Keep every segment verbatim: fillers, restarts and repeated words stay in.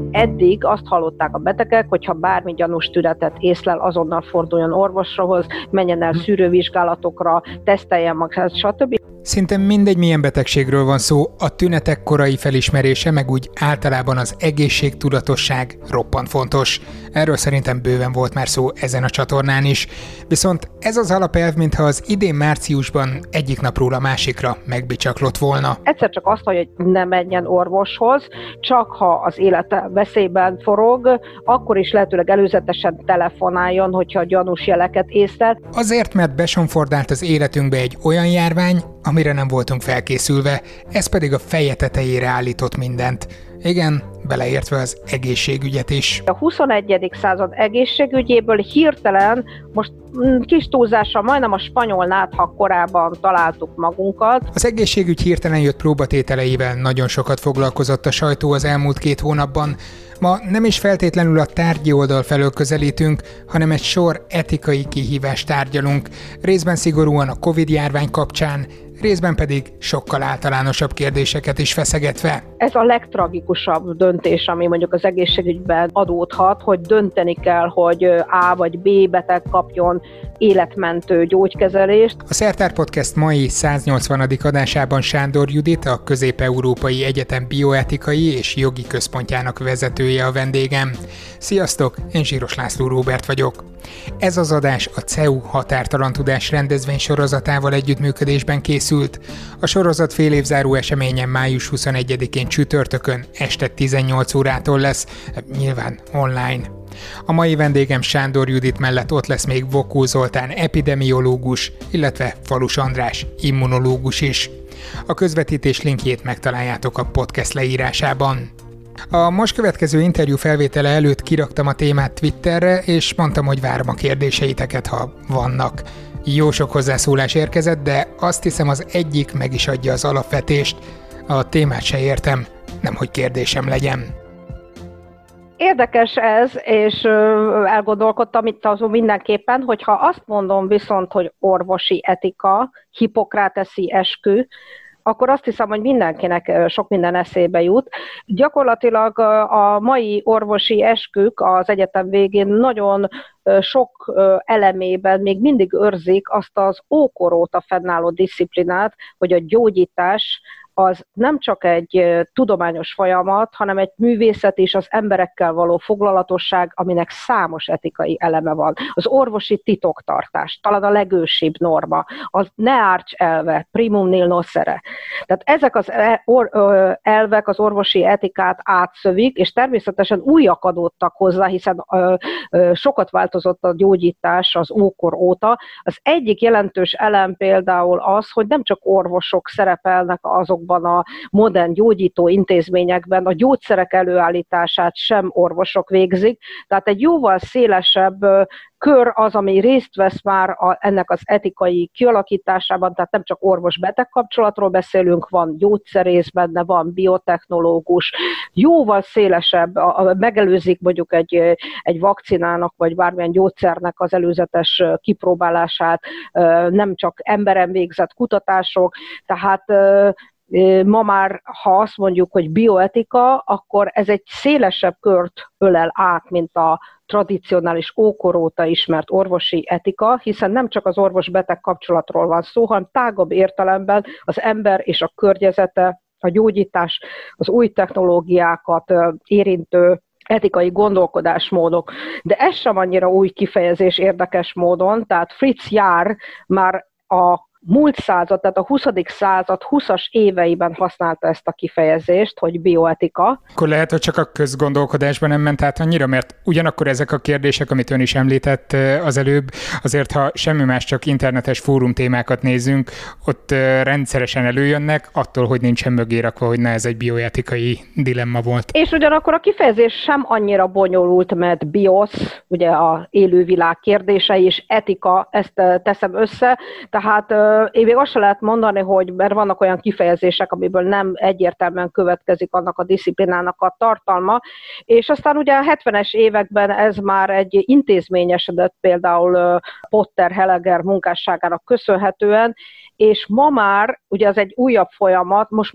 Eddig azt hallották a betegek, hogyha bármi gyanús tünetet észlel, azonnal forduljon orvoshoz, menjen el szűrővizsgálatokra, teszteljen magát, stb. Szinte mindegy, milyen betegségről van szó, a tünetek korai felismerése, meg úgy általában az egészségtudatosság roppant fontos. Erről szerintem bőven volt már szó ezen a csatornán is. Viszont ez az alapelv, mintha az idén márciusban egyik napról a másikra megbicsaklott volna. Egyszer csak azt, hogy ne menjen orvoshoz, csak ha az élete veszélyben forog, akkor is lehetőleg előzetesen telefonáljon, hogyha gyanús jeleket észlel. Azért, mert besonfordált az életünkbe egy olyan járvány, amire nem voltunk felkészülve, ez pedig a feje tetejére állított mindent. Igen, beleértve az egészségügyet is. A huszonegyedik század egészségügyéből hirtelen, most kis túlzással majdnem a spanyol náthak korában találtuk magunkat. Az egészségügy hirtelen jött próbatételeivel nagyon sokat foglalkozott a sajtó az elmúlt két hónapban. Ma nem is feltétlenül a tárgyi oldal felől közelítünk, hanem egy sor etikai kihívást tárgyalunk, részben szigorúan a Covid-járvány kapcsán, részben pedig sokkal általánosabb kérdéseket is feszegetve. Ez a legtragikusabb döntés, ami mondjuk az egészségügyben adódhat, hogy dönteni kell, hogy A vagy B beteg kapjon életmentő gyógykezelést. A Szertár Podcast mai száznyolcvanadik adásában Sándor Judit, a Közép-Európai Egyetem bioetikai és jogi központjának vezetője a vendégem. Sziasztok, én Zsíros László Róbert vagyok. Ez az adás a cé e u Határtalan Tudás rendezvény sorozatával együttműködésben készült. A sorozat félévzáró eseményen május huszonegyedikén csütörtökön este tizennyolc órától lesz, nyilván online. A mai vendégem Sándor Judit mellett ott lesz még Vokó Zoltán epidemiológus, illetve Falus András immunológus is. A közvetítés linkjét megtaláljátok a podcast leírásában. A most következő interjú felvétele előtt kiraktam a témát Twitterre, és mondtam, hogy várom a kérdéseiteket, ha vannak. Jó sok hozzászólás érkezett, de azt hiszem az egyik meg is adja az alapvetést. A témát se értem, nemhogy kérdésem legyen. Érdekes ez, és elgondolkodtam itt azon mindenképpen, hogyha azt mondom viszont, hogy orvosi etika, hipokráteszi eskü, akkor azt hiszem, hogy mindenkinek sok minden eszébe jut. Gyakorlatilag a mai orvosi eskük az egyetem végén nagyon sok elemében még mindig őrzik azt az ókor óta fennálló disziplinát, hogy a gyógyítás az nem csak egy tudományos folyamat, hanem egy művészet és az emberekkel való foglalatosság, aminek számos etikai eleme van. Az orvosi titoktartás, talán a legősibb norma, az ne árts elve, primum nil nocere. Tehát ezek az elvek az orvosi etikát átszövik, és természetesen újak adódtak hozzá, hiszen sokat változott a gyógyítás az ókor óta. Az egyik jelentős elem például az, hogy nem csak orvosok szerepelnek azokban a modern gyógyító intézményekben, a gyógyszerek előállítását sem orvosok végzik, tehát egy jóval szélesebb kör az, ami részt vesz már a, ennek az etikai kialakításában, tehát nem csak orvos-beteg kapcsolatról beszélünk, van gyógyszerész benne, van biotechnológus, jóval szélesebb, a, a, megelőzik mondjuk egy, egy vakcinának, vagy bármilyen gyógyszernek az előzetes kipróbálását, nem csak emberen végzett kutatások, tehát ma már, ha azt mondjuk, hogy bioetika, akkor ez egy szélesebb kört ölel át, mint a tradicionális ókor óta ismert orvosi etika, hiszen nem csak az orvos-beteg kapcsolatról van szó, hanem tágabb értelemben az ember és a környezete, a gyógyítás, az új technológiákat érintő etikai gondolkodásmódok. De ez sem annyira új kifejezés érdekes módon, tehát Fritz Jár már a múlt század, tehát a huszadik század huszas éveiben használta ezt a kifejezést, hogy bioetika. Akkor lehet, hogy csak a közgondolkodásban nem ment át annyira, mert ugyanakkor ezek a kérdések, amit ön is említett az előbb, azért ha semmi más, csak internetes fórum témákat nézzünk, ott rendszeresen előjönnek, attól, hogy nincsen mögé rakva, hogy ne ez egy bioetikai dilemma volt. És ugyanakkor a kifejezés sem annyira bonyolult, mert biosz, ugye a élővilág kérdései, és etika, ezt teszem össze, tehát én még azt sem lehet mondani, hogy mert vannak olyan kifejezések, amiből nem egyértelműen következik annak a diszciplinának a tartalma, és aztán ugye a hetvenes években ez már egy intézményesedett, például Potter Helleger munkásságának köszönhetően, és ma már, ugye az egy újabb folyamat, most már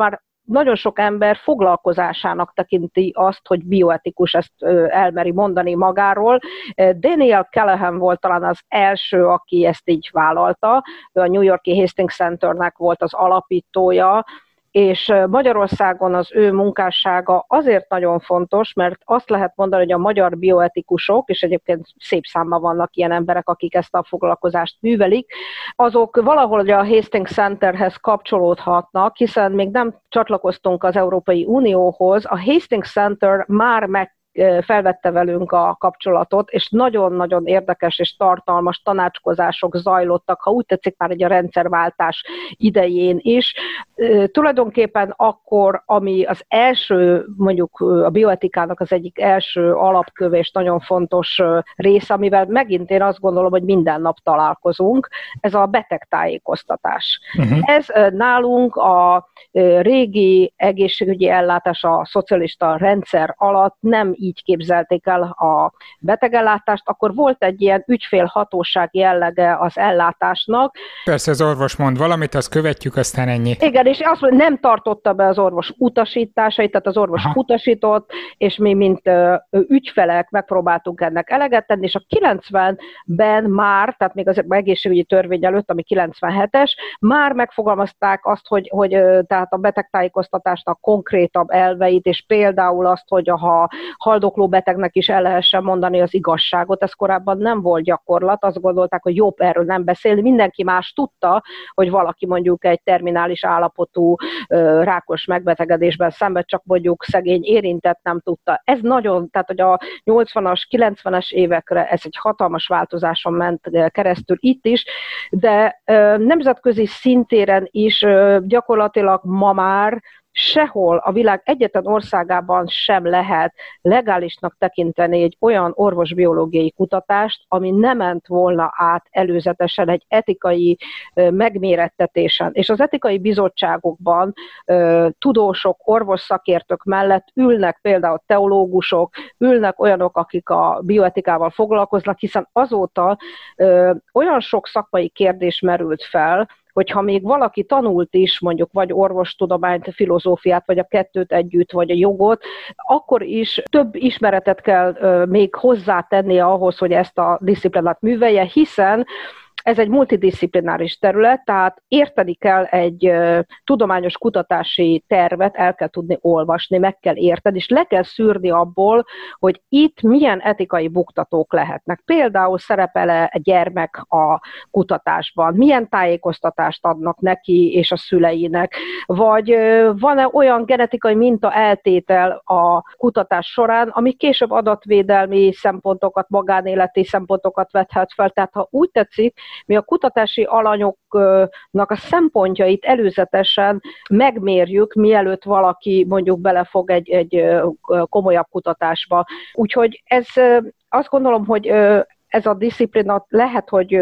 nagyon sok ember foglalkozásának tekinti azt, hogy bioetikus, ezt elmeri mondani magáról. Daniel Callahan volt talán az első, aki ezt így vállalta, ő a New York-i Hastings Centernek volt az alapítója, és Magyarországon az ő munkássága azért nagyon fontos, mert azt lehet mondani, hogy a magyar bioetikusok, és egyébként szép számban vannak ilyen emberek, akik ezt a foglalkozást művelik, azok valahol a Hastings Centerhez kapcsolódhatnak, hiszen még nem csatlakoztunk az Európai Unióhoz, a Hastings Center már meg felvette velünk a kapcsolatot, és nagyon-nagyon érdekes és tartalmas tanácskozások zajlottak, ha úgy tetszik már egy a rendszerváltás idején is. Tulajdonképpen akkor, ami az első, mondjuk a bioetikának az egyik első alapköve és nagyon fontos része, amivel megint én azt gondolom, hogy minden nap találkozunk, ez a betegtájékoztatás. Uh-huh. Ez nálunk a régi egészségügyi ellátás a szocialista rendszer alatt nem így képzelték el a betegellátást, akkor volt egy ilyen ügyfélhatóság jellege az ellátásnak. Persze az orvos mond valamit, azt követjük, aztán ennyi. Igen, és azt mondja, nem tartotta be az orvos utasításait, tehát az orvos Aha. utasított, és mi, mint ö, ügyfelek megpróbáltunk ennek eleget tenni, és a kilencvenben már, tehát még az egészségügyi törvény előtt, ami kilencvenhetes, már megfogalmazták azt, hogy, hogy tehát a betegtájékoztatásnak konkrétabb elveit, és például azt, hogy ha haldokló betegnek is el lehessen mondani az igazságot, ez korábban nem volt gyakorlat, azt gondolták, hogy jobb erről nem beszélni, mindenki más tudta, hogy valaki mondjuk egy terminális állapotú rákos megbetegedésben szenved, csak mondjuk szegény érintett nem tudta. Ez nagyon, tehát hogy a nyolcvanas, kilencvenes évekre ez egy hatalmas változáson ment keresztül itt is, de nemzetközi szintéren is gyakorlatilag ma már sehol a világ egyetlen országában sem lehet legálisnak tekinteni egy olyan orvosbiológiai kutatást, ami nem ment volna át előzetesen egy etikai megmérettetésen. És az etikai bizottságokban tudósok, orvosszakértők mellett ülnek például teológusok, ülnek olyanok, akik a bioetikával foglalkoznak, hiszen azóta olyan sok szakmai kérdés merült fel, hogyha még valaki tanult is, mondjuk vagy orvostudományt, filozófiát, vagy a kettőt együtt, vagy a jogot, akkor is több ismeretet kell uh, még hozzátennie ahhoz, hogy ezt a disziplinát művelje, hiszen ez egy multidisziplináris terület, tehát érteni kell egy uh, tudományos kutatási tervet, el kell tudni olvasni, meg kell érteni, és le kell szűrni abból, hogy itt milyen etikai buktatók lehetnek. Például szerepel-e egy gyermek a kutatásban, milyen tájékoztatást adnak neki és a szüleinek, vagy uh, van-e olyan genetikai minta eltétel a kutatás során, ami később adatvédelmi szempontokat, magánéleti szempontokat vethet fel. Tehát ha úgy tetszik, mi a kutatási alanyoknak a szempontjait előzetesen megmérjük, mielőtt valaki mondjuk belefog egy, egy komolyabb kutatásba. Úgyhogy ez, azt gondolom, hogy ez a disziplina lehet, hogy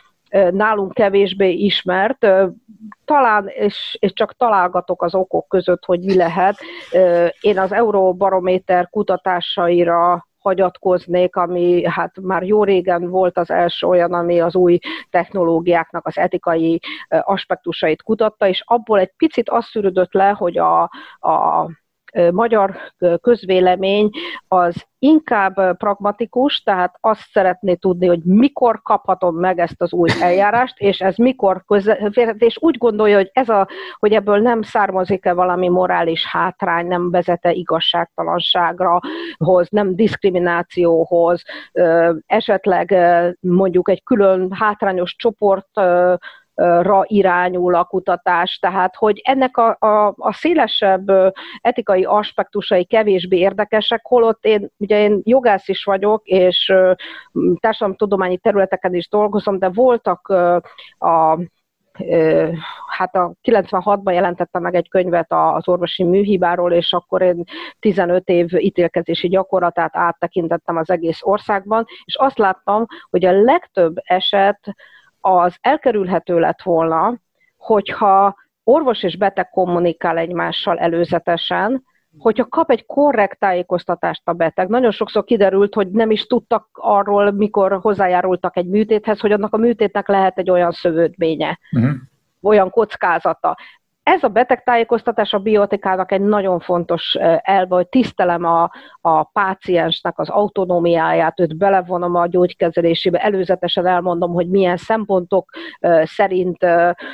nálunk kevésbé ismert, talán, és, és csak találgatok az okok között, hogy mi lehet. Én az Euróbarométer kutatásaira hagyatkoznék, ami hát már jó régen volt az első olyan, ami az új technológiáknak az etikai aspektusait kutatta, és abból egy picit az szűrődött le, hogy a, a magyar közvélemény az inkább pragmatikus, tehát azt szeretné tudni, hogy mikor kaphatom meg ezt az új eljárást, és ez mikor közvetít, és úgy gondolja, hogy, ez a, hogy ebből nem származik-e valami morális hátrány, nem vezet-e igazságtalanságra, hoz, nem diszkriminációhoz, esetleg mondjuk egy külön hátrányos csoport ra irányul a kutatás, tehát hogy ennek a, a, a szélesebb etikai aspektusai kevésbé érdekesek, holott én, ugye én jogász is vagyok, és társadalomtudományi területeken is dolgozom, de voltak a hát a kilencvenhatban jelentettem meg egy könyvet az orvosi műhibáról, és akkor én tizenöt év ítélkezési gyakorlatát áttekintettem az egész országban, és azt láttam, hogy a legtöbb eset az elkerülhető lett volna, hogyha orvos és beteg kommunikál egymással előzetesen, hogyha kap egy korrekt tájékoztatást a beteg. Nagyon sokszor kiderült, hogy nem is tudtak arról, mikor hozzájárultak egy műtéthez, hogy annak a műtétnek lehet egy olyan szövődménye, uh-huh. olyan kockázata. ez a betegtájékoztatás a bioetikának egy nagyon fontos elve, hogy tisztelem a, a páciensnek az autonómiáját, őt belevonom a gyógykezelésébe, előzetesen elmondom, hogy milyen szempontok szerint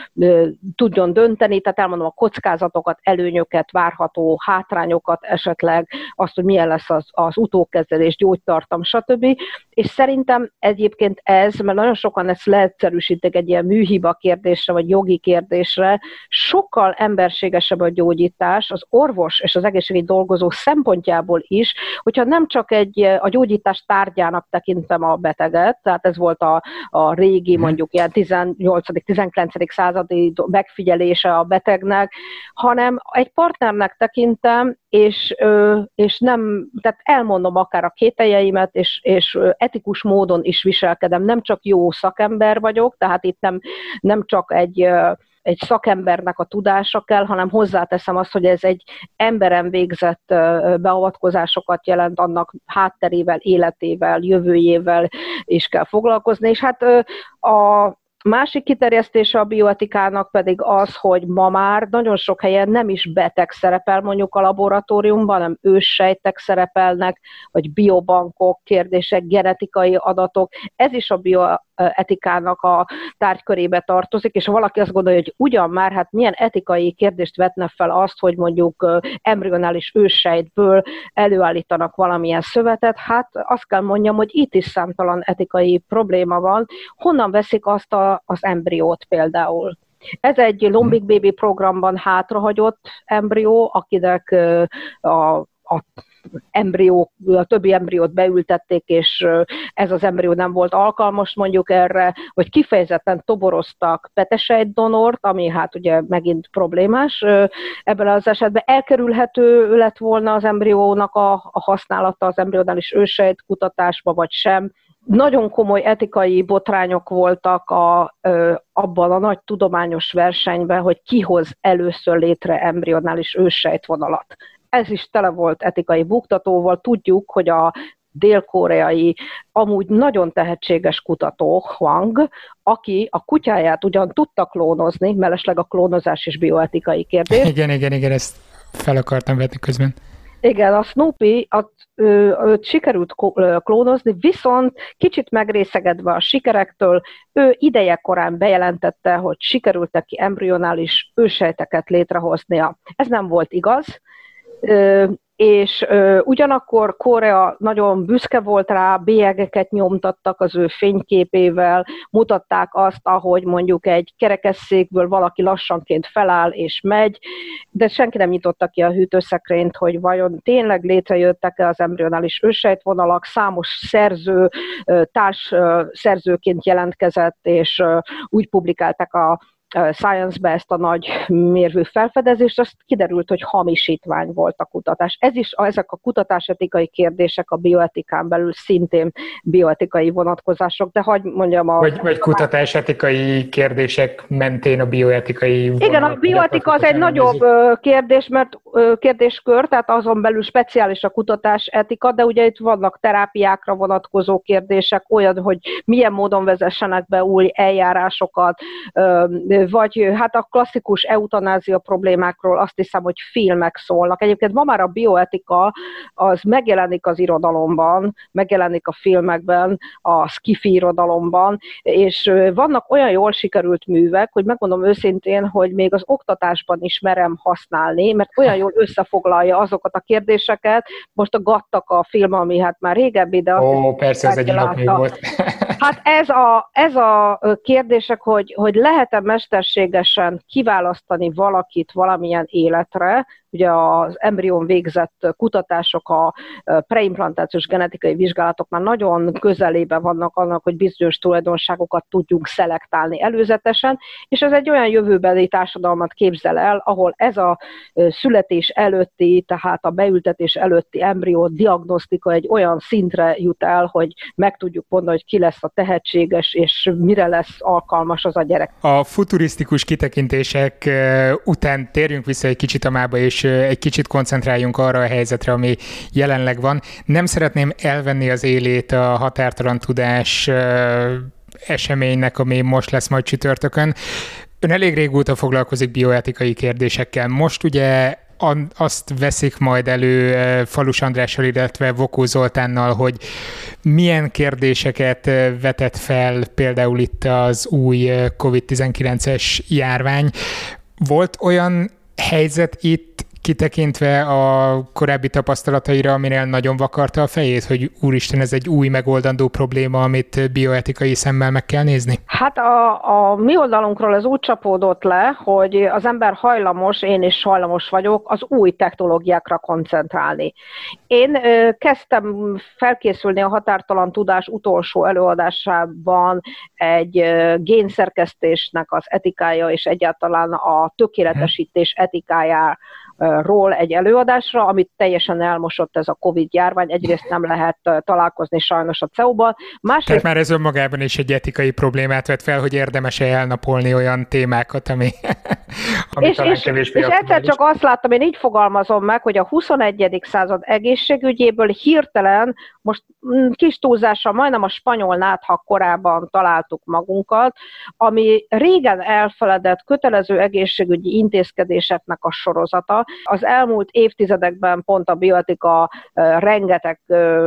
tudjon dönteni, tehát elmondom a kockázatokat, előnyöket, várható hátrányokat, esetleg azt, hogy milyen lesz az, az utókezelés, gyógytartam, stb. És szerintem egyébként ez, mert nagyon sokan ezt leegyszerűsítik egy ilyen műhiba kérdésre, vagy jogi kérdésre, sokkal emberségesebb a gyógyítás az orvos és az egészségügyi dolgozó szempontjából is, hogyha nem csak egy, a gyógyítás tárgyának tekintem a beteget, tehát ez volt a, a régi, mondjuk ilyen tizennyolcadik-tizenkilencedik századi megfigyelése a betegnek, hanem egy partnernek tekintem, és, és nem, tehát elmondom akár a kételjeimet, és, és etikus módon is viselkedem, nem csak jó szakember vagyok, tehát itt nem, nem csak egy, egy szakembernek a tudása kell, hanem hozzáteszem azt, hogy ez egy emberen végzett beavatkozásokat jelent, annak hátterével, életével, jövőjével is kell foglalkozni, és hát a másik kiterjesztése a bioetikának pedig az, hogy ma már nagyon sok helyen nem is beteg szerepel mondjuk a laboratóriumban, hanem őssejtek szerepelnek, vagy biobankok, kérdések, genetikai adatok. Ez is a bioetikának a tárgykörébe tartozik, és ha valaki azt gondolja, hogy ugyan már, hát milyen etikai kérdést vetne fel azt, hogy mondjuk embrionális őssejtből előállítanak valamilyen szövetet, hát azt kell mondjam, hogy itt is számtalan etikai probléma van. Honnan veszik azt a az embriót például. Ez egy Lombik Baby programban hátrahagyott embrió, akinek a, a, embrió, a többi embriót beültették, és ez az embrió nem volt alkalmas mondjuk erre, vagy kifejezetten toboroztak petesejtdonort, ami hát ugye megint problémás ebben az esetben. Elkerülhető lett volna az embriónak a, a használata az embrionális őssejt kutatásba, vagy sem. Nagyon komoly etikai botrányok voltak a, ö, abban a nagy tudományos versenyben, hogy ki hoz először létre embrionális őssejtvonalat. Ez is tele volt etikai buktatóval. Tudjuk, hogy a dél-koreai, amúgy nagyon tehetséges kutató, Hwang, aki a kutyáját ugyan tudta klónozni, mellesleg a klónozás is bioetikai kérdés. Igen, igen, igen, ezt fel akartam vetni közben. Igen, a Snoopy, őt sikerült klónozni, viszont kicsit megrészegedve a sikerektől, ő idejekorán bejelentette, hogy sikerült neki embrionális őssejteket létrehoznia. Ez nem volt igaz, és ö, ugyanakkor Korea nagyon büszke volt rá, bélyegeket nyomtattak az ő fényképével, mutatták azt, ahogy mondjuk egy kerekesszékből valaki lassanként feláll és megy, de senki nem nyitotta ki a hűtőszekrényt, hogy vajon tényleg létrejöttek-e az embrionális őssejtvonalak, számos szerző, társ szerzőként jelentkezett, és úgy publikálták a Science-be ezt a nagy mérvű felfedezést, azt kiderült, hogy hamisítvány volt a kutatás. Ez is, ezek a kutatásetikai kérdések a bioetikán belül szintén bioetikai vonatkozások, de hagyj mondjam a... Vagy, vagy kutatásetikai kérdések mentén a bioetikai... Igen, a bioetika az egy nagyobb kérdés, mert kérdéskör, tehát azon belül speciális a kutatásetika, de ugye itt vannak terápiákra vonatkozó kérdések, olyan, hogy milyen módon vezessenek be új eljárásokat, vagy hát a klasszikus eutanázia problémákról azt hiszem, hogy filmek szólnak. Egyébként ma már a bioetika az megjelenik az irodalomban, megjelenik a filmekben, a sci-fi irodalomban, és vannak olyan jól sikerült művek, hogy megmondom őszintén, hogy még az oktatásban is merem használni, mert olyan jól összefoglalja azokat a kérdéseket. Most a Gattaca film, ami hát már régebbi, de... Ó, persze, ez egy nap még volt. Hát ez a, ez a kérdések, hogy, hogy lehet-e mesterségesen kiválasztani valakit valamilyen életre, ugye az embrión végzett kutatások, a preimplantációs genetikai vizsgálatok már nagyon közelében vannak annak, hogy bizonyos tulajdonságokat tudjunk szelektálni előzetesen, és ez egy olyan jövőbeli társadalmat képzel el, ahol ez a születés előtti, tehát a beültetés előtti embrió diagnosztika egy olyan szintre jut el, hogy meg tudjuk mondani, hogy ki lesz a tehetséges, és mire lesz alkalmas az a gyerek. A futurisztikus kitekintések után térjünk vissza egy kicsit a mába, és egy kicsit koncentráljunk arra a helyzetre, ami jelenleg van. Nem szeretném elvenni az élét a határtalan tudás eseménynek, ami most lesz majd csütörtökön. Ön elég régóta foglalkozik bioetikai kérdésekkel. Most ugye azt veszik majd elő Falus Andrással, illetve Vokó Zoltánnal, hogy milyen kérdéseket vetett fel például itt az új kovid tizenkilences járvány. Volt olyan helyzet itt, kitekintve a korábbi tapasztalataira, aminél nagyon vakarta a fejét, hogy úristen, ez egy új megoldandó probléma, amit bioetikai szemmel meg kell nézni? Hát a, a mi oldalunkról ez úgy csapódott le, hogy az ember hajlamos, én is hajlamos vagyok, az új technológiákra koncentrálni. Én ö, kezdtem felkészülni a Határtalan Tudás utolsó előadásában egy ö, génszerkesztésnek az etikája és egyáltalán a tökéletesítés etikájára ról egy előadásra, amit teljesen elmosott ez a Covid járvány. Egyrészt nem lehet találkozni sajnos a cé e u-ban. Másrészt... Tehát már ez önmagában is egy etikai problémát vet fel, hogy érdemes-e elnapolni olyan témákat, ami, ami és, talán és, kevésbé és egyszer csak azt láttam, én így fogalmazom meg, hogy a huszonegyedik század egészségügyéből hirtelen, most kis túlzással majdnem a spanyol náthak korában találtuk magunkat, ami régen elfeledett kötelező egészségügyi intézkedéseknek a sorozata. Az elmúlt évtizedekben pont a bioetika rengeteg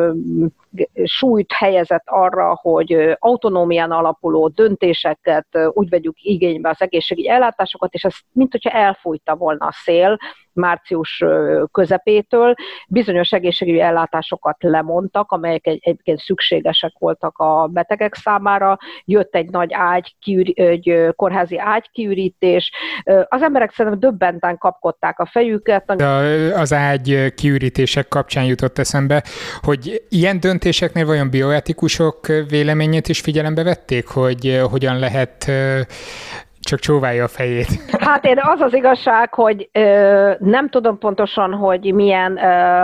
súlyt helyezett arra, hogy autonómián alapuló döntéseket úgy vegyük igénybe az egészségügyi ellátásokat, és ez mint hogyha elfújta volna a szél március közepétől. Bizonyos egészségügyi ellátásokat lemondtak, amelyek egyébként szükségesek voltak a betegek számára. Jött egy nagy ágy, egy kórházi ágykiürítés. Az emberek szerintem döbbenten kapkodták a fejüket. Az ágy kiürítések kapcsán jutott eszembe, hogy ilyen döntéseknél vajon bioetikusok véleményét is figyelembe vették, hogy hogyan lehet... Csak csóválja a fejét. Hát én az az igazság, hogy ö, nem tudom pontosan, hogy milyen ö,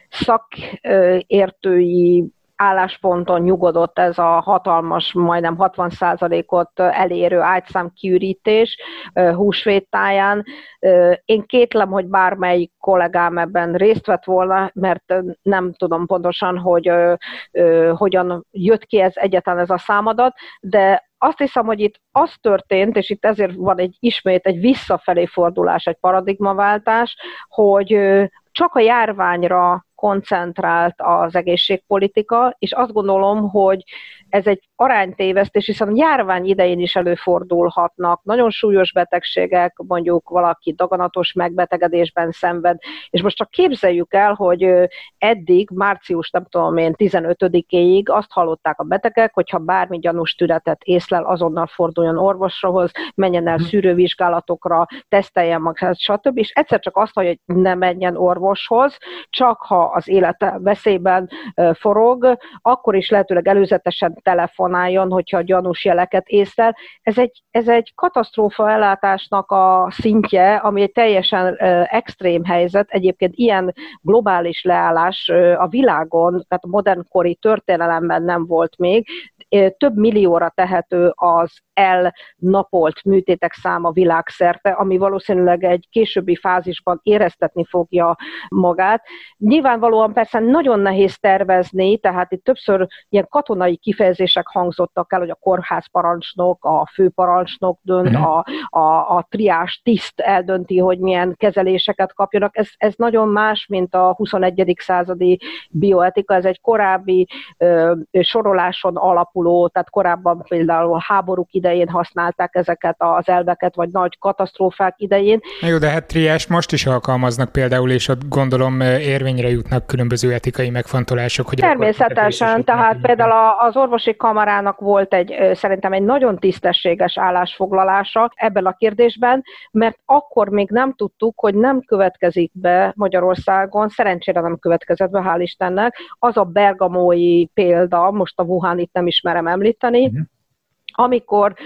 szakértői állásponton nyugodott ez a hatalmas, majdnem hatvan százalékot elérő ágyszámkiürítés húsvét táján. Én kétlem, hogy bármelyik kollégám ebben részt vett volna, mert nem tudom pontosan, hogy hogyan jött ki ez egyáltalán ez a számadat, de azt hiszem, hogy itt az történt, és itt ezért van egy ismét egy visszafelé fordulás, egy paradigmaváltás, hogy csak a járványra koncentrált az egészségpolitika, és azt gondolom, hogy ez egy aránytévesztés, hiszen a járvány idején is előfordulhatnak nagyon súlyos betegségek, mondjuk valaki daganatos megbetegedésben szenved, és most csak képzeljük el, hogy eddig, március, nem tudom én, tizenötödikéig azt hallották a betegek, hogyha bármi gyanús tünetet észlel, azonnal forduljon orvoshoz, menjen el szűrővizsgálatokra, teszteljen magát, stb. És egyszer csak azt hallja, hogy ne menjen orvoshoz, csak ha az élete veszélyben forog, akkor is lehetőleg előzetesen telefonáljon, hogyha gyanús jeleket észlel. Ez egy, ez egy katasztrófa ellátásnak a szintje, ami egy teljesen extrém helyzet. Egyébként ilyen globális leállás a világon, tehát a modernkori történelemben nem volt még. Több millióra tehető az elnapolt műtétek száma világszerte, ami valószínűleg egy későbbi fázisban éreztetni fogja magát. Nyilvánvalóan persze nagyon nehéz tervezni, tehát itt többször ilyen katonai kifejezések hangzottak el, hogy a kórházparancsnok, a főparancsnok dönt, a, a, a triás tiszt eldönti, hogy milyen kezeléseket kapjanak. Ez, ez nagyon más, mint a huszonegyedik századi bioetika, ez egy korábbi ö, soroláson alapuló, tehát korábban például háborúk idején használták ezeket az elveket, vagy nagy katasztrófák idején. Jó, de hát triást most is alkalmaznak például, és ott gondolom érvényre jutnak különböző etikai megfontolások. Hogy természetesen, tehát például az orvosi kamarának volt egy, szerintem egy nagyon tisztességes állásfoglalása ebben a kérdésben, mert akkor még nem tudtuk, hogy nem következik be Magyarországon, szerencsére nem következett be, hál' Istennek, az a bergamói példa, most a Wuhanit nem ismerem említeni, uh-huh. amikor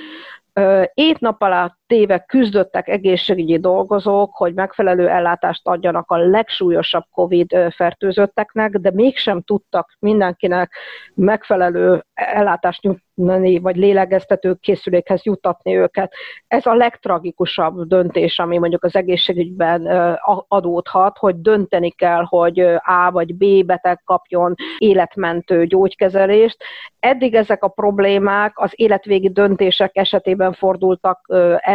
ét-nap alatt téve küzdöttek egészségügyi dolgozók, hogy megfelelő ellátást adjanak a legsúlyosabb Covid fertőzötteknek, de mégsem tudtak mindenkinek megfelelő ellátást nyújtani, vagy lélegeztető készülékhez juttatni őket. Ez a legtragikusabb döntés, ami mondjuk az egészségügyben adódhat, hogy dönteni kell, hogy A vagy B beteg kapjon életmentő gyógykezelést. Eddig ezek a problémák az életvégi döntések esetében fordultak elő,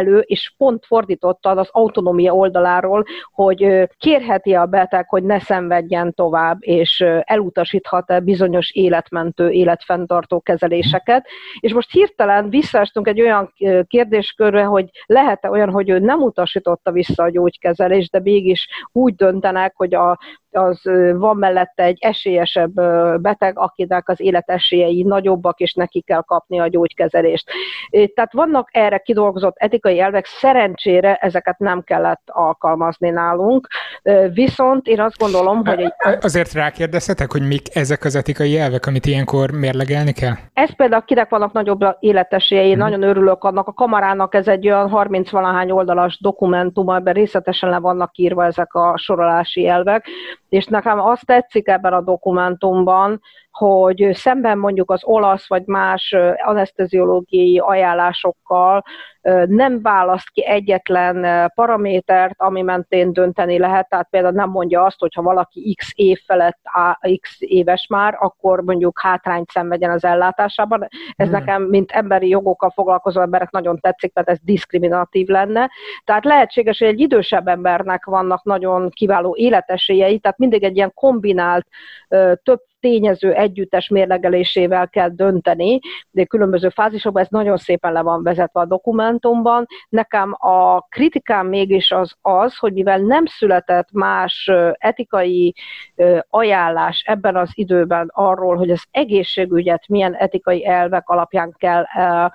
elő, és pont fordítottad az autonómia oldaláról, hogy kérheti a beteg, hogy ne szenvedjen tovább, és elutasíthat-e bizonyos életmentő, életfenntartó kezeléseket. És most hirtelen visszaestünk egy olyan kérdéskörre, hogy lehet-e olyan, hogy ő nem utasította vissza a gyógykezelést, de mégis úgy döntenek, hogy a az van mellette egy esélyesebb beteg, akinek az életesélyei nagyobbak, és neki kell kapni a gyógykezelést. Tehát vannak erre kidolgozott etikai elvek, szerencsére ezeket nem kellett alkalmazni nálunk, viszont én azt gondolom, hogy... Egy... Azért rákérdezhetek, hogy mik ezek az etikai elvek, amit ilyenkor mérlegelni kell? Ez például kinek vannak nagyobb életesélyei, hmm. nagyon örülök annak. A Kamarának ez egy olyan harminc-valahány oldalas dokumentum, amiben részletesen le vannak írva ezek a sorolási elvek, és nekem azt tetszik ebben a dokumentumban, hogy szemben mondjuk az olasz vagy más aneszteziológiai ajánlásokkal nem választ ki egyetlen paramétert, ami mentén dönteni lehet, tehát például nem mondja azt, hogy ha valaki x év felett x éves már, akkor mondjuk hátrányt szenvedjen az ellátásában. Ez hmm. nekem, mint emberi jogokkal foglalkozó emberek nagyon tetszik, mert ez diszkriminatív lenne. Tehát lehetséges, hogy egy idősebb embernek vannak nagyon kiváló életesélyei, tehát mindig egy ilyen kombinált, több tényező együttes mérlegelésével kell dönteni, de különböző fázisokban ez nagyon szépen le van vezetve a dokumentumban. Nekem a kritikám mégis az az, hogy mivel nem született más etikai ajánlás ebben az időben arról, hogy az egészségügyet milyen etikai elvek alapján kell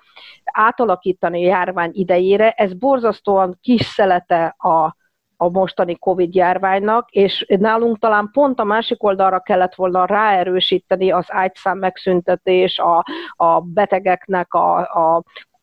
átalakítani a járvány idejére, ez borzasztóan kis szelete a a mostani Covid-járványnak, és nálunk talán pont a másik oldalra kellett volna ráerősíteni az ágyszám megszüntetés, a, a betegeknek a, a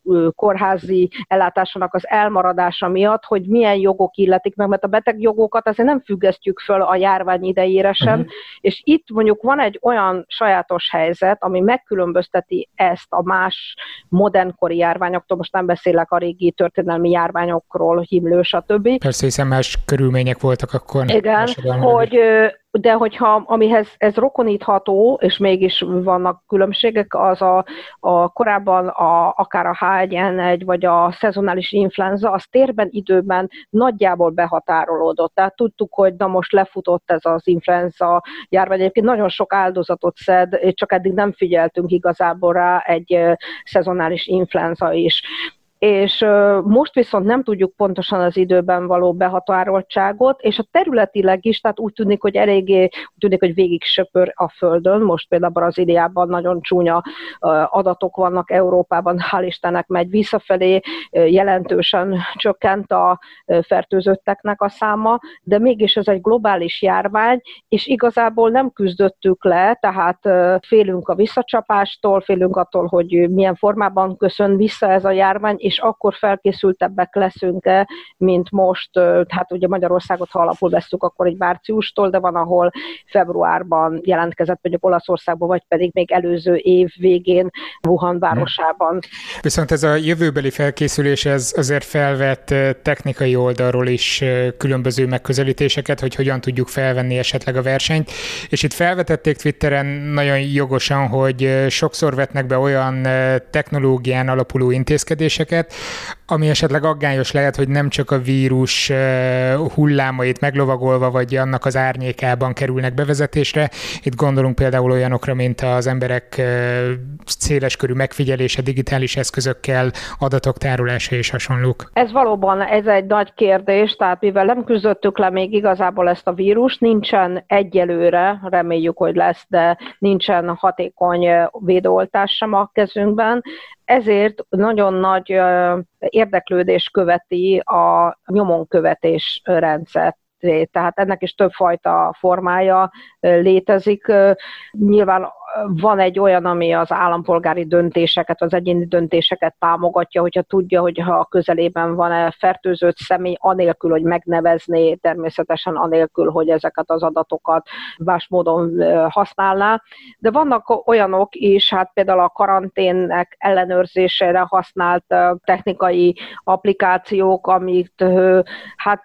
kórházi ellátásának az elmaradása miatt, hogy milyen jogok illetik meg, mert a betegjogokat azért nem függesztjük föl a járvány idejére sem, uh-huh. és itt mondjuk van egy olyan sajátos helyzet, ami megkülönbözteti ezt a más modernkori járványoktól, most nem beszélek a régi történelmi járványokról, himlő, stb. Persze, hiszen más körülmények voltak akkor. Igen, hogy... De hogyha amihez ez rokonítható, és mégis vannak különbségek, az a, a korábban a, akár a há egy en egy vagy a szezonális influenza, az térben, időben nagyjából behatárolódott. Tehát tudtuk, hogy na most lefutott ez az influenza járvány. Egyébként nagyon sok áldozatot szed, csak eddig nem figyeltünk igazából rá, egy szezonális influenza is. És most viszont nem tudjuk pontosan az időben való behatároltságot, és a területileg is, tehát úgy tűnik, hogy eléggé, úgy tűnik, hogy végig söpör a Földön, most például Brazíliában nagyon csúnya adatok vannak, Európában hál' Istennek megy visszafelé, jelentősen csökkent a fertőzötteknek a száma, de mégis ez egy globális járvány, és igazából nem küzdöttük le, tehát félünk a visszacsapástól, félünk attól, hogy milyen formában köszön vissza ez a járvány, és akkor felkészültebbek leszünk-e, mint most, hát ugye Magyarországot, ha alapul vesszük, akkor egy márciustól, de van, ahol februárban jelentkezett, mondjuk Olaszországban, vagy pedig még előző év végén Wuhan városában. Viszont ez a jövőbeli felkészülés, ez azért felvett technikai oldalról is különböző megközelítéseket, hogy hogyan tudjuk felvenni esetleg a versenyt, és itt felvetették Twitteren nagyon jogosan, hogy sokszor vetnek be olyan technológián alapuló intézkedéseket, ami esetleg aggályos lehet, hogy nem csak a vírus hullámait meglovagolva, vagy annak az árnyékában kerülnek bevezetésre. Itt gondolunk például olyanokra, mint az emberek széleskörű megfigyelése digitális eszközökkel, adatok tárolása és hasonlók. Ez valóban ez egy nagy kérdés, tehát mivel nem küzdöttük le még igazából ezt a vírust, nincsen egyelőre, reméljük, hogy lesz, de nincsen hatékony védőoltás sem a kezünkben, ezért nagyon nagy érdeklődés követi a nyomonkövetés rendszert. Tehát ennek is többfajta formája létezik. Nyilván van egy olyan, ami az állampolgári döntéseket, az egyéni döntéseket támogatja, hogyha tudja, hogy ha a közelében van fertőzött személy, anélkül, hogy megnevezné, természetesen anélkül, hogy ezeket az adatokat más módon használná. De vannak olyanok is, hát például a karanténnek ellenőrzésére használt technikai applikációk, amit hát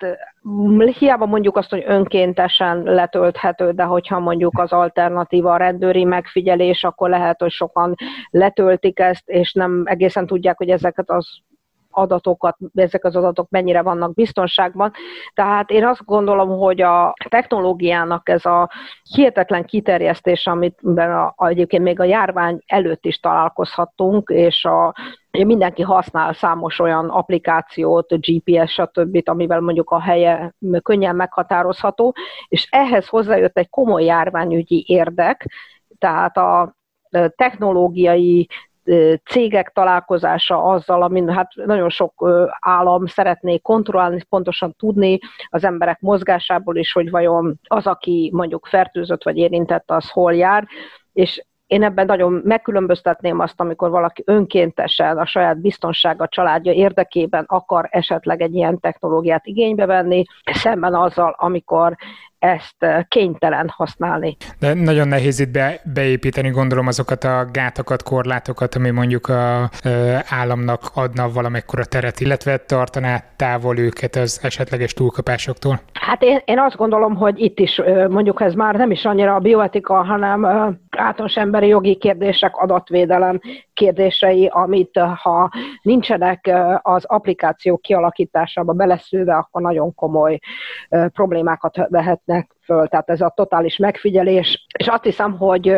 hiába mondjuk azt, hogy önkéntesen letölthető, de hogyha mondjuk az alternatíva a rendőri megfigyelés, akkor lehet, hogy sokan letöltik ezt, és nem egészen tudják, hogy ezeket az adatokat, ezek az adatok mennyire vannak biztonságban. Tehát én azt gondolom, hogy a technológiának ez a hihetetlen kiterjesztés, amit a, a, egyébként még a járvány előtt is találkozhattunk, és a mindenki használ számos olyan applikációt, gé pé es, stb., amivel mondjuk a helye könnyen meghatározható, és ehhez hozzájött egy komoly járványügyi érdek, tehát a technológiai cégek találkozása azzal, amin hát nagyon sok állam szeretné kontrollálni, pontosan tudni az emberek mozgásából is, hogy vajon az, aki mondjuk fertőzött vagy érintett, az hol jár, és én ebben nagyon megkülönböztetném azt, amikor valaki önkéntesen a saját biztonsága, családja érdekében akar esetleg egy ilyen technológiát igénybe venni, szemben azzal, amikor ezt kénytelen használni. De nagyon nehéz itt be, beépíteni, gondolom, azokat a gátakat, korlátokat, ami mondjuk a ö, államnak adna valamekkora teret, illetve tartaná távol őket az esetleges túlkapásoktól. Hát én, én azt gondolom, hogy itt is mondjuk ez már nem is annyira a bioetika, hanem általános emberi jogi kérdések, adatvédelem kérdései, amit ha nincsenek az applikáció kialakításába beleszülve, akkor nagyon komoly problémákat vehetnek föl. Tehát ez a totális megfigyelés. És azt hiszem, hogy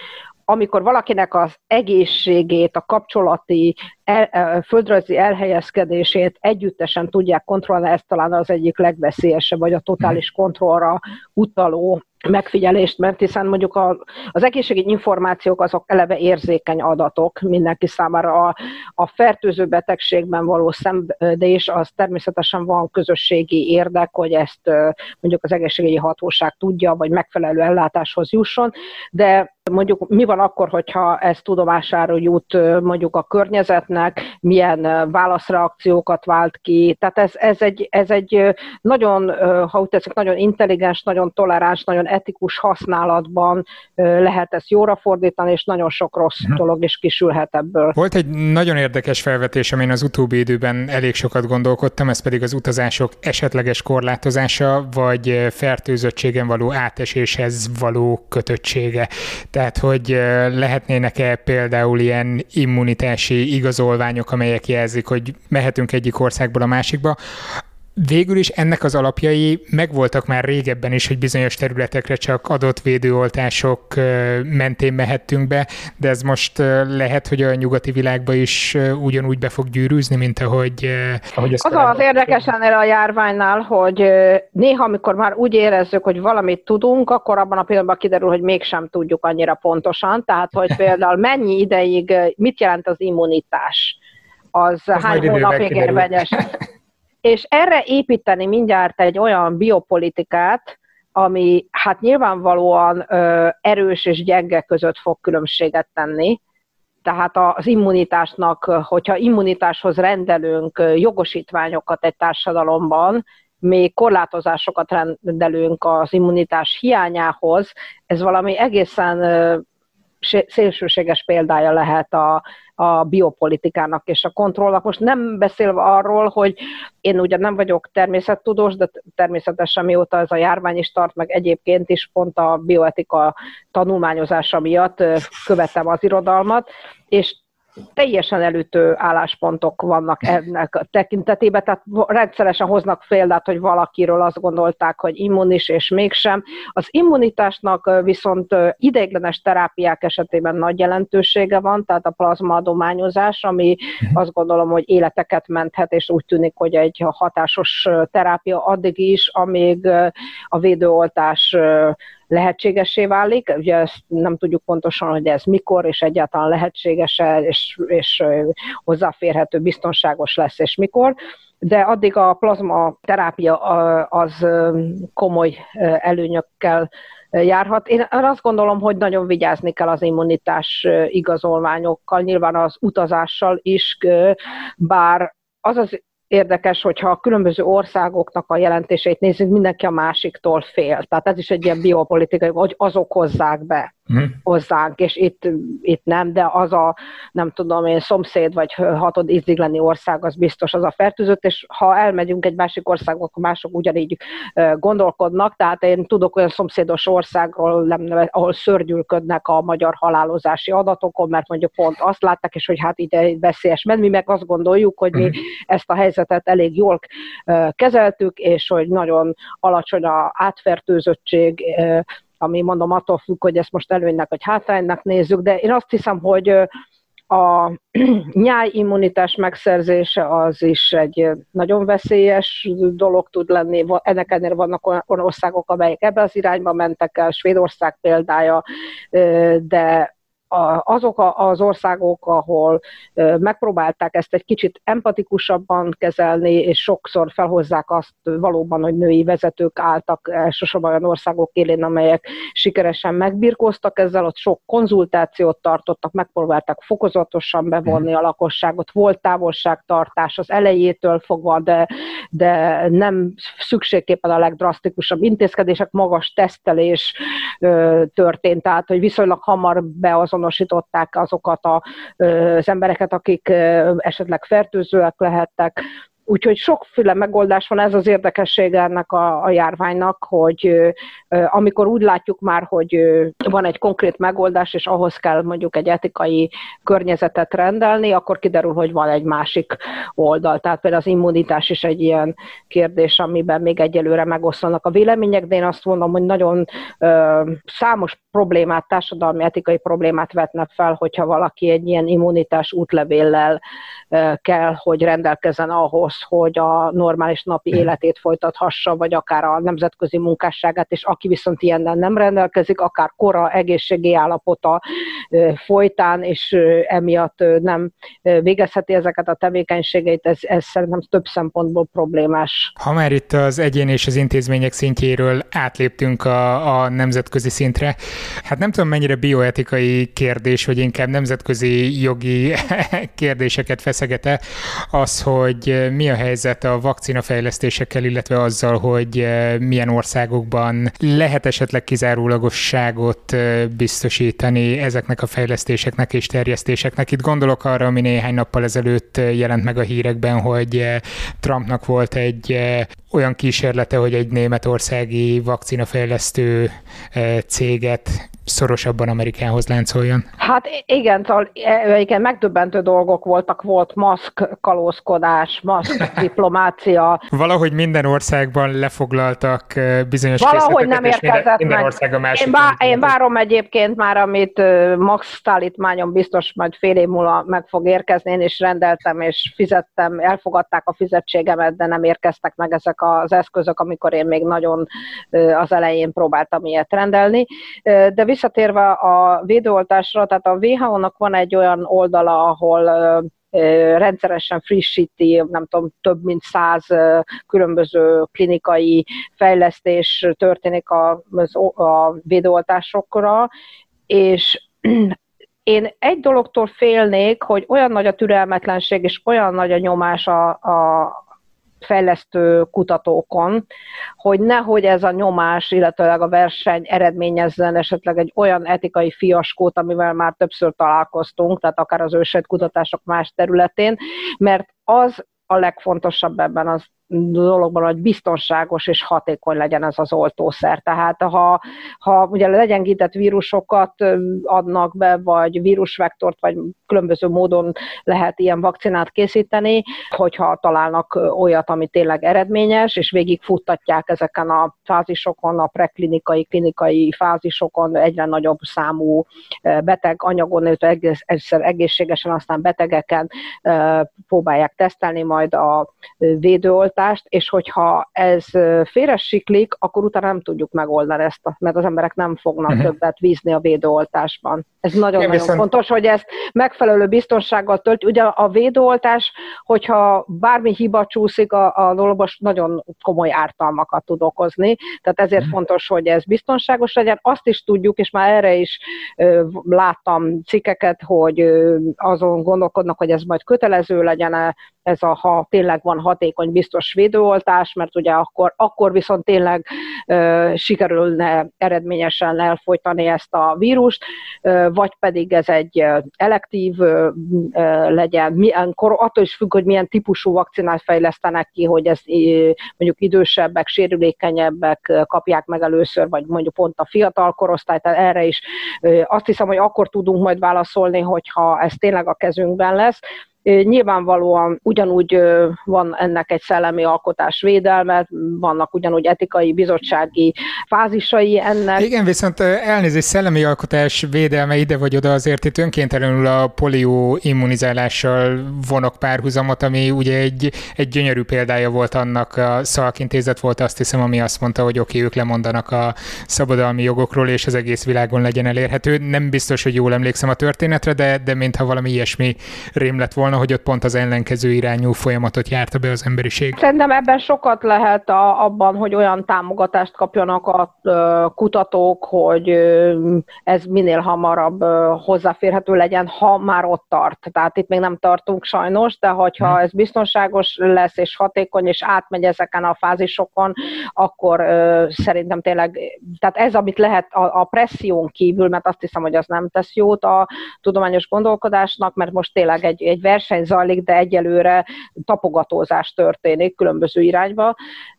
amikor valakinek az egészségét, a kapcsolati, el, földrajzi elhelyezkedését együttesen tudják kontrollálni, ez talán az egyik legveszélyesebb, vagy a totális kontrollra utaló megfigyelést, mert hiszen mondjuk a, az egészségügyi információk azok eleve érzékeny adatok mindenki számára. A, a fertőző betegségben való szenvedés, az természetesen van közösségi érdek, hogy ezt mondjuk az egészségügyi hatóság tudja, vagy megfelelő ellátáshoz jusson, de mondjuk mi van akkor, hogyha ez tudomására jut mondjuk a környezetnek, milyen válaszreakciókat vált ki. Tehát ez, ez, egy, ez egy nagyon, ha úgy tetszik, nagyon intelligens, nagyon toleráns, nagyon etikus használatban lehet ezt jóra fordítani, és nagyon sok rossz dolog is kisülhet ebből. Volt egy nagyon érdekes felvetés, amin az utóbbi időben elég sokat gondolkodtam, ez pedig az utazások esetleges korlátozása, vagy fertőzöttségen való áteséshez való kötöttsége. Tehát, hogy lehetnének-e például ilyen immunitási igazolványok, amelyek jelzik, hogy mehetünk egyik országból a másikba. Végül is ennek az alapjai megvoltak már régebben is, hogy bizonyos területekre csak adott védőoltások mentén mehettünk be, de ez most lehet, hogy a nyugati világba is ugyanúgy be fog gyűrűzni, mint ahogy... ahogy az az érdekes ennél a járványnál, hogy néha, amikor már úgy érezzük, hogy valamit tudunk, akkor abban a pillanatban kiderül, hogy mégsem tudjuk annyira pontosan. Tehát, hogy például mennyi ideig, mit jelent az immunitás? Az, az hány hónapig érvegyes? És erre építeni mindjárt egy olyan biopolitikát, ami hát nyilvánvalóan ö, erős és gyenge között fog különbséget tenni. Tehát az immunitásnak, hogyha immunitáshoz rendelünk jogosítványokat egy társadalomban, még korlátozásokat rendelünk az immunitás hiányához, ez valami egészen ö, szélsőséges példája lehet a, a biopolitikának és a kontrollnak. Most nem beszélve arról, hogy én ugyan nem vagyok természettudós, de természetesen mióta ez a járvány is tart, meg egyébként is pont a bioetika tanulmányozása miatt követem az irodalmat, és teljesen elütő álláspontok vannak ennek a tekintetében, tehát rendszeresen hoznak példát, hogy valakiről azt gondolták, hogy immunis, és mégsem. Az immunitásnak viszont ideiglenes terápiák esetében nagy jelentősége van, tehát a plazmaadományozás, ami azt gondolom, hogy életeket menthet, és úgy tűnik, hogy egy hatásos terápia addig is, amíg a védőoltás lehetségessé válik. Ugye ezt nem tudjuk pontosan, hogy ez mikor, és egyáltalán lehetséges-e, és, és hozzáférhető, biztonságos lesz, és mikor. De addig a plazmaterápia az komoly előnyökkel járhat. Én azt gondolom, hogy nagyon vigyázni kell az immunitás igazolványokkal, nyilván az utazással is, bár az az érdekes, hogyha a különböző országoknak a jelentéseit nézzük, mindenki a másiktól fél. Tehát ez is egy ilyen biopolitikai, hogy azok hozzák be. uh-huh. hozzánk, és itt, itt nem, de az a, nem tudom én, szomszéd vagy hatod ízligleni ország, az biztos az a fertőzött, és ha elmegyünk egy másik országba, akkor mások ugyanígy gondolkodnak, tehát én tudok olyan szomszédos országról, nem, ahol szörnyűködnek a magyar halálozási adatokon, mert mondjuk pont azt látták, és hogy hát ide veszélyes, mert mi meg azt gondoljuk, hogy mi ezt a helyzetet elég jól kezeltük, és hogy nagyon alacsony a átfertőzöttség, ami mondom attól függ, hogy ezt most előnynek vagy hátránynak nézzük, de én azt hiszem, hogy a nyájimmunitás megszerzése az is egy nagyon veszélyes dolog tud lenni. Ennek ennél vannak olyan országok, amelyek ebbe az irányba mentek el, Svédország példája, de azok az országok, ahol megpróbálták ezt egy kicsit empatikusabban kezelni, és sokszor felhozzák azt valóban, hogy női vezetők álltak elsősorban olyan országok élén, amelyek sikeresen megbirkóztak ezzel, ott sok konzultációt tartottak, megpróbálták fokozatosan bevonni a lakosságot, volt távolságtartás az elejétől fogva, de, de nem szükségképpen a legdrasztikusabb intézkedések, magas tesztelés történt, tehát hogy viszonylag hamar beazonosították azonosították azokat a, az embereket, akik esetleg fertőzőek lehettek. Úgyhogy sokféle megoldás van, ez az érdekessége ennek a, a járványnak, hogy amikor úgy látjuk már, hogy van egy konkrét megoldás, és ahhoz kell mondjuk egy etikai környezetet rendelni, akkor kiderül, hogy van egy másik oldal. Tehát például az immunitás is egy ilyen kérdés, amiben még egyelőre megoszlanak a vélemények, de én azt mondom, hogy nagyon ö, számos problémát, társadalmi etikai problémát vetnek fel, hogyha valaki egy ilyen immunitás útlevéllel ö, kell, hogy rendelkezzen ahhoz, hogy a normális napi életét folytathassa, vagy akár a nemzetközi munkásságát, és aki viszont ilyennel nem rendelkezik, akár kora, egészségi állapota folytán, és emiatt nem végezheti ezeket a tevékenységeit, ez, ez szerintem több szempontból problémás. Ha már itt az egyén és az intézmények szintjéről átléptünk a, a nemzetközi szintre, hát nem tudom mennyire bioetikai kérdés, vagy inkább nemzetközi jogi kérdéseket feszegete az, hogy mi a helyzet a vakcinafejlesztésekkel, illetve azzal, hogy milyen országokban lehet esetleg kizárólagosságot biztosítani ezeknek a fejlesztéseknek és terjesztéseknek. Itt gondolok arra, ami néhány nappal ezelőtt jelent meg a hírekben, hogy Trumpnak volt egy olyan kísérlete, hogy egy németországi vakcinafejlesztő céget szorosabban Amerikához láncoljon. Hát igen, igen, megdöbbentő dolgok voltak, volt maszk kalózkodás, maszk diplomácia. Valahogy minden országban lefoglaltak bizonyos Valahogy nem érkezett minden, minden meg. ország a másik. Én, bá, én várom egyébként már, amit Max szállítmányon biztos majd fél év múlva meg fog érkezni, én is rendeltem és fizettem, elfogadták a fizetségemet, de nem érkeztek meg ezek az eszközök, amikor én még nagyon az elején próbáltam ilyet rendelni. De visszatérve a védőoltásra, tehát a vé há ó-nak van egy olyan oldala, ahol rendszeresen frissíti, nem tudom, több mint száz különböző klinikai fejlesztés történik a, a védőoltásokra, és én egy dologtól félnék, hogy olyan nagy a türelmetlenség és olyan nagy a nyomás a, a fejlesztő kutatókon, hogy nehogy ez a nyomás, illetőleg a verseny eredményezzen esetleg egy olyan etikai fiaskót, amivel már többször találkoztunk, tehát akár az ősejtkutatások más területén, mert az a legfontosabb ebben az dologban, hogy biztonságos és hatékony legyen ez az oltószer. Tehát ha, ha ugye legyengített vírusokat adnak be, vagy vírusvektort, vagy különböző módon lehet ilyen vakcinát készíteni, hogyha találnak olyat, ami tényleg eredményes, és végig futtatják ezeken a fázisokon, a preklinikai, klinikai fázisokon egyre nagyobb számú beteg anyagon, egyszer egészségesen, aztán betegeken próbálják tesztelni majd a védőoltást, és hogyha ez félresiklik, akkor utána nem tudjuk megoldani ezt, mert az emberek nem fognak uh-huh. többet vízni a védőoltásban. Ez nagyon-nagyon ja, viszont... fontos, hogy ezt megfelelő biztonsággal tölt. Ugye a védőoltás, hogyha bármi hiba csúszik a, a dologban, nagyon komoly ártalmakat tud okozni, tehát ezért uh-huh. fontos, hogy ez biztonságos legyen. Azt is tudjuk, és már erre is ö, láttam cikkeket, hogy ö, azon gondolkodnak, hogy ez majd kötelező legyen ez a, ha tényleg van hatékony, biztos védőoltás, mert ugye akkor, akkor viszont tényleg ö, sikerülne eredményesen elfojtani ezt a vírust, ö, vagy pedig ez egy elektív ö, ö, legyen, milyen, attól is függ, hogy milyen típusú vakcinát fejlesztenek ki, hogy ez mondjuk idősebbek, sérülékenyebbek kapják meg először, vagy mondjuk pont a fiatal korosztály, tehát erre is azt hiszem, hogy akkor tudunk majd válaszolni, hogyha ez tényleg a kezünkben lesz. Nyilvánvalóan ugyanúgy van ennek egy szellemi alkotás védelme, vannak ugyanúgy etikai bizottsági fázisai ennek. Igen, viszont elnézést, szellemi alkotás védelme ide vagy oda, azért itt önkéntelenül a polió immunizálással vonok párhuzamot, ami ugye egy, egy gyönyörű példája volt annak, a Salk Intézet volt, azt hiszem, ami azt mondta, hogy oké, ők lemondanak a szabadalmi jogokról, és az egész világon legyen elérhető. Nem biztos, hogy jól emlékszem a történetre, de, de mintha valami ilyesmi rém lett volna, hogy ott pont az ellenkező irányú folyamatot járta be az emberiség. Szerintem ebben sokat lehet a, abban, hogy olyan támogatást kapjanak a uh, kutatók, hogy uh, ez minél hamarabb uh, hozzáférhető legyen, ha már ott tart. Tehát itt még nem tartunk sajnos, de hogyha hmm. ez biztonságos lesz és hatékony, és átmegy ezeken a fázisokon, akkor uh, szerintem tényleg, tehát ez, amit lehet a, a presszión kívül, mert azt hiszem, hogy az nem tesz jót a tudományos gondolkodásnak, mert most tényleg egy, egy verseny zajlik, de egyelőre tapogatózás történik különböző irányba,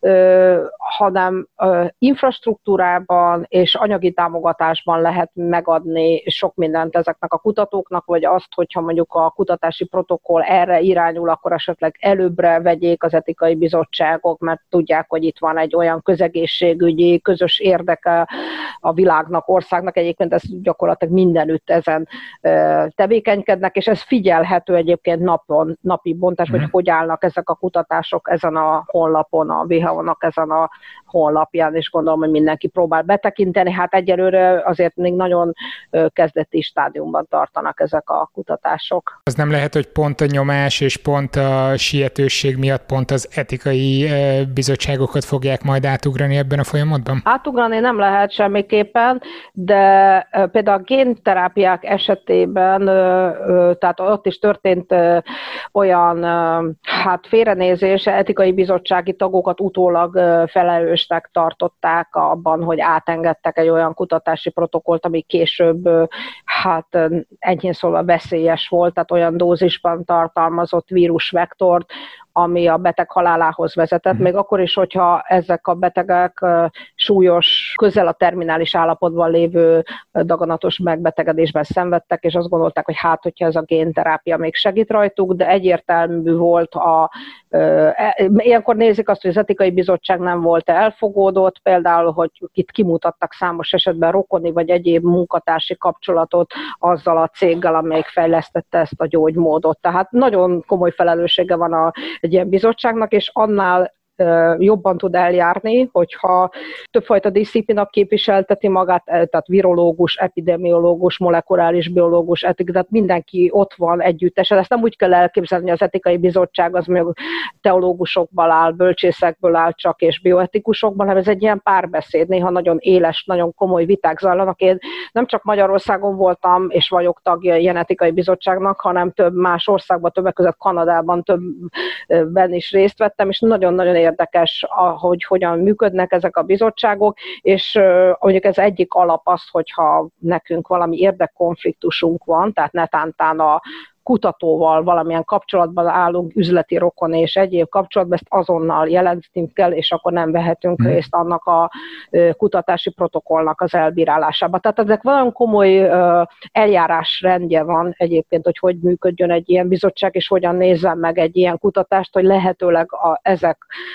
hanem infrastruktúrában és anyagi támogatásban lehet megadni sok mindent ezeknek a kutatóknak, vagy azt, hogyha mondjuk a kutatási protokoll erre irányul, akkor esetleg előbbre vegyék az etikai bizottságok, mert tudják, hogy itt van egy olyan közegészségügyi, közös érdeke a világnak, országnak, egyébként ez gyakorlatilag mindenütt ezen tevékenykednek, és ez figyelhető egyébként napon, napi bontás, hogy mm. hogy állnak ezek a kutatások ezen a honlapon, a vé há ó-nak ezen a honlapján, és gondolom, hogy mindenki próbál betekinteni. Hát egyelőre azért még nagyon kezdeti stádiumban tartanak ezek a kutatások. Az nem lehet, hogy pont a nyomás és pont a sietőség miatt pont az etikai bizottságokat fogják majd átugrani ebben a folyamatban? Átugrani nem lehet semmiképpen, de például a génterápiák esetében, tehát ott is történt olyan hát félrenézés, etikai bizottsági tagokat utólag felelősnek tartották abban, hogy átengedtek egy olyan kutatási protokollt, ami később hát enyhén szólva veszélyes volt, tehát olyan dózisban tartalmazott vírusvektort, ami a beteg halálához vezetett, még akkor is, hogyha ezek a betegek súlyos, közel a terminális állapotban lévő daganatos megbetegedésben szenvedtek, és azt gondolták, hogy hát, hogyha ez a génterápia még segít rajtuk, de egyértelmű volt a... Ilyenkor nézik azt, hogy az etikai bizottság nem volt elfogódott, például, hogy itt kimutattak számos esetben rokoni vagy egyéb munkatársi kapcsolatot azzal a céggel, amelyik fejlesztette ezt a gyógymódot. Tehát nagyon komoly felelőssége van a egy ilyen bizottságnak, és annál jobban tud eljárni, hogyha többfajta diszciplínak képviselteti magát, tehát virológus, epidemiológus, molekuláris biológus, etik, tehát mindenki ott van együttesen. Ezt nem úgy kell elképzelni, hogy az etikai bizottság az még teológusokból áll, bölcsészekből áll csak, és bioetikusokban, hanem ez egy ilyen párbeszéd, néha nagyon éles, nagyon komoly viták zajlanak. Én nem csak Magyarországon voltam, és vagyok tagja ilyen etikai bizottságnak, hanem több más országban, többek között Kanadában többben is részt vettem, és nagyon-nagyon érdekes, hogy hogyan működnek ezek a bizottságok, és mondjuk ez egyik alap az, hogyha nekünk valami érdekkonfliktusunk van, tehát netántán a kutatóval valamilyen kapcsolatban állunk, üzleti rokon és egyéb kapcsolatban, ezt azonnal jelentünk kell, és akkor nem vehetünk részt annak a kutatási protokollnak az elbírálásában. Tehát ezek valami komoly eljárásrendje van egyébként, hogy hogy működjön egy ilyen bizottság, és hogyan nézzen meg egy ilyen kutatást, hogy lehetőleg a, ezek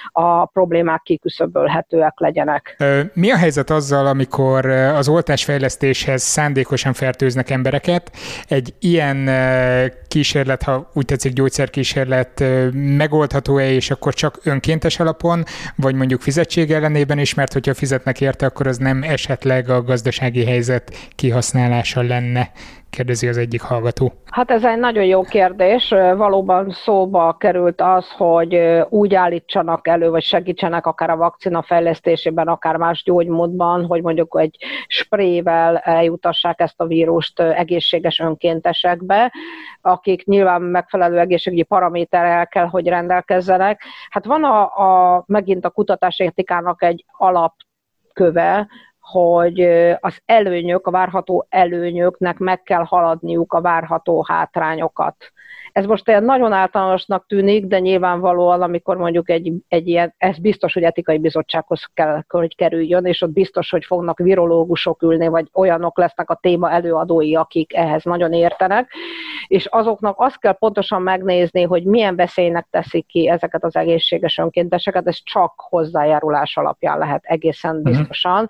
a problémák kiküszöbölhetőek legyenek. Mi a helyzet azzal, amikor az oltásfejlesztéshez szándékosan fertőznek embereket? Egy ilyen kísérlet, ha úgy tetszik, gyógyszerkísérlet megoldható-e, és akkor csak önkéntes alapon, vagy mondjuk fizetség ellenében is, mert hogyha fizetnek érte, akkor az nem esetleg a gazdasági helyzet kihasználása lenne. Kérdezi az egyik hallgató. Hát ez egy nagyon jó kérdés. Valóban szóba került az, hogy úgy állítsanak elő, vagy segítsenek akár a vakcina fejlesztésében, akár más gyógymódban, hogy mondjuk egy sprével eljutassák ezt a vírust egészséges önkéntesekbe, akik nyilván megfelelő egészségügyi paraméterrel kell, hogy rendelkezzenek. Hát van a, a, megint a kutatási etikának egy alapköve, hogy az előnyök, a várható előnyöknek meg kell haladniuk a várható hátrányokat. Ez most ilyen nagyon általánosnak tűnik, de nyilvánvalóan, amikor mondjuk egy, egy ilyen, ez biztos, hogy etikai bizottsághoz kell, hogy kerüljön, és ott biztos, hogy fognak virológusok ülni, vagy olyanok lesznek a téma előadói, akik ehhez nagyon értenek, és azoknak azt kell pontosan megnézni, hogy milyen veszélynek teszik ki ezeket az egészséges önkénteseket, ez csak hozzájárulás alapján lehet egészen biztosan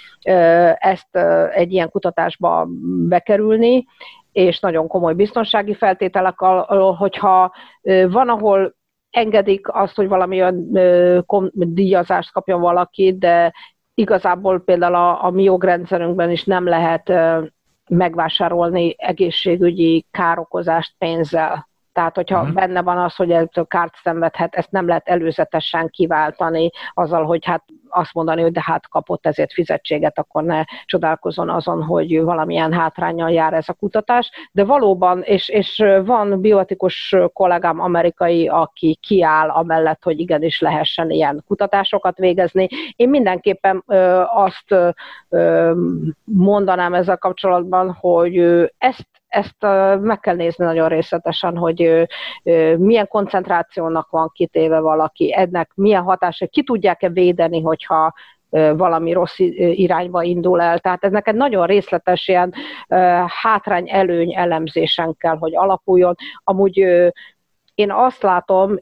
ezt egy ilyen kutatásba bekerülni, és nagyon komoly biztonsági feltételek, hogyha van, ahol engedik azt, hogy valamilyen díjazást kapjon valaki, de igazából például a, a mi jogrendszerünkben is nem lehet megvásárolni egészségügyi károkozást pénzzel. Tehát, hogyha uh-huh. benne van az, hogy ettől kárt szenvedhet, ezt nem lehet előzetesen kiváltani azzal, hogy hát azt mondani, hogy de hát kapott ezért fizetséget, akkor ne csodálkozzon azon, hogy valamilyen hátránnyal jár ez a kutatás. De valóban, és, és van bioetikus kollégám amerikai, aki kiáll amellett, hogy igenis lehessen ilyen kutatásokat végezni. Én mindenképpen ö, azt ö, mondanám ezzel kapcsolatban, hogy ö, ezt Ezt meg kell nézni nagyon részletesen, hogy milyen koncentrációnak van kitéve valaki, ennek milyen hatása, ki tudják-e védeni, hogyha valami rossz irányba indul el. Tehát ez neked nagyon részletes ilyen hátrány-előny elemzésen kell, hogy alapuljon. Amúgy én azt látom,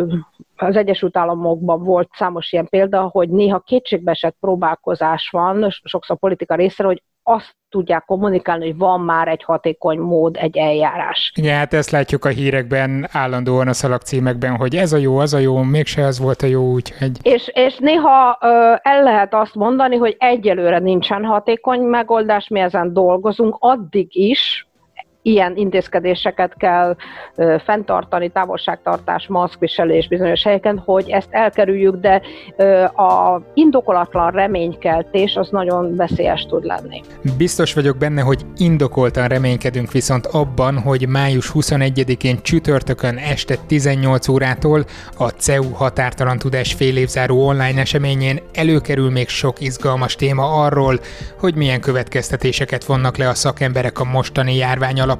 az Egyesült Államokban volt számos ilyen példa, hogy néha kétségbeesett próbálkozás van, sokszor politika részéről, hogy azt tudják kommunikálni, hogy van már egy hatékony mód, egy eljárás. Igen, hát ezt látjuk a hírekben, állandóan a szalagcímekben, hogy ez a jó, az a jó, mégse az volt a jó, úgyhogy... És, és néha ö, el lehet azt mondani, hogy egyelőre nincsen hatékony megoldás, mi ezen dolgozunk, addig is ilyen intézkedéseket kell ö, fenntartani, távolságtartás, maszkviselés bizonyos helyeken, hogy ezt elkerüljük, de ö, a indokolatlan reménykeltés az nagyon veszélyes tud lenni. Biztos vagyok benne, hogy indokoltan reménykedünk viszont abban, hogy május huszonegyedikén csütörtökön este tizennyolc órától a cé e u Határtalan Tudás félévzáró online eseményén előkerül még sok izgalmas téma arról, hogy milyen következtetéseket vonnak le a szakemberek a mostani járvány alapján.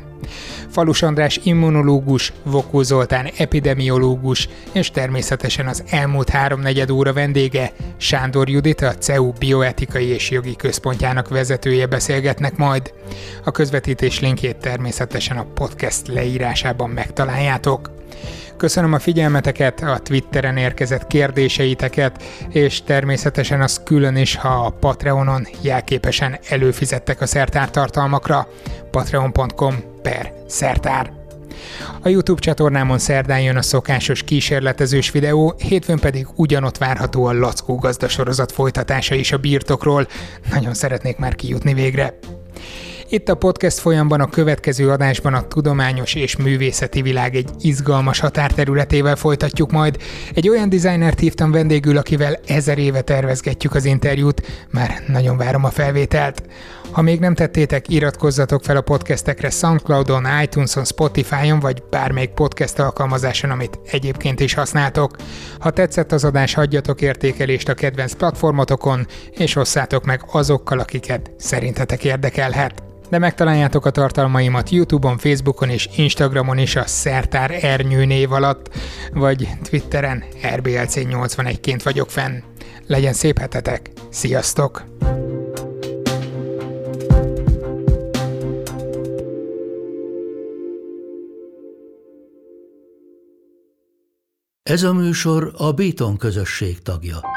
Falus András immunológus, Vokul Zoltán epidemiológus, és természetesen az elmúlt háromnegyed óra vendége, Sándor Judit, a cé e u Bioetikai és Jogi Központjának vezetője beszélgetnek majd. A közvetítés linkjét természetesen a podcast leírásában megtaláljátok. Köszönöm a figyelmeteket, a Twitteren érkezett kérdéseiteket, és természetesen az külön is, ha a Patreonon jelképesen előfizettek a szertártartalmakra. patreon pont com per szertár. A YouTube csatornámon szerdán jön a szokásos kísérletezős videó, hétfőn pedig ugyanott várható a Lackó Gazda sorozat folytatása is a birtokról. Nagyon szeretnék már kijutni végre. Itt a podcast folyamban a következő adásban a tudományos és művészeti világ egy izgalmas határterületével folytatjuk majd. Egy olyan designert hívtam vendégül, akivel ezer éve tervezgetjük az interjút, már nagyon várom a felvételt. Ha még nem tettétek, iratkozzatok fel a podcastekre SoundCloudon, iTunes-on, Spotify-on vagy bármelyik podcast alkalmazáson, amit egyébként is használtok. Ha tetszett az adás, hagyjatok értékelést a kedvenc platformotokon, és osszátok meg azokkal, akiket szerintetek érdekelhet. De megtaláljátok a tartalmaimat YouTube-on, Facebookon és Instagramon is a Szertár Ernyő név alatt, vagy Twitteren er bé el cé nyolcvanegyként vagyok fenn. Legyen szép hetetek, sziasztok! Ez a műsor a Béton közösség tagja.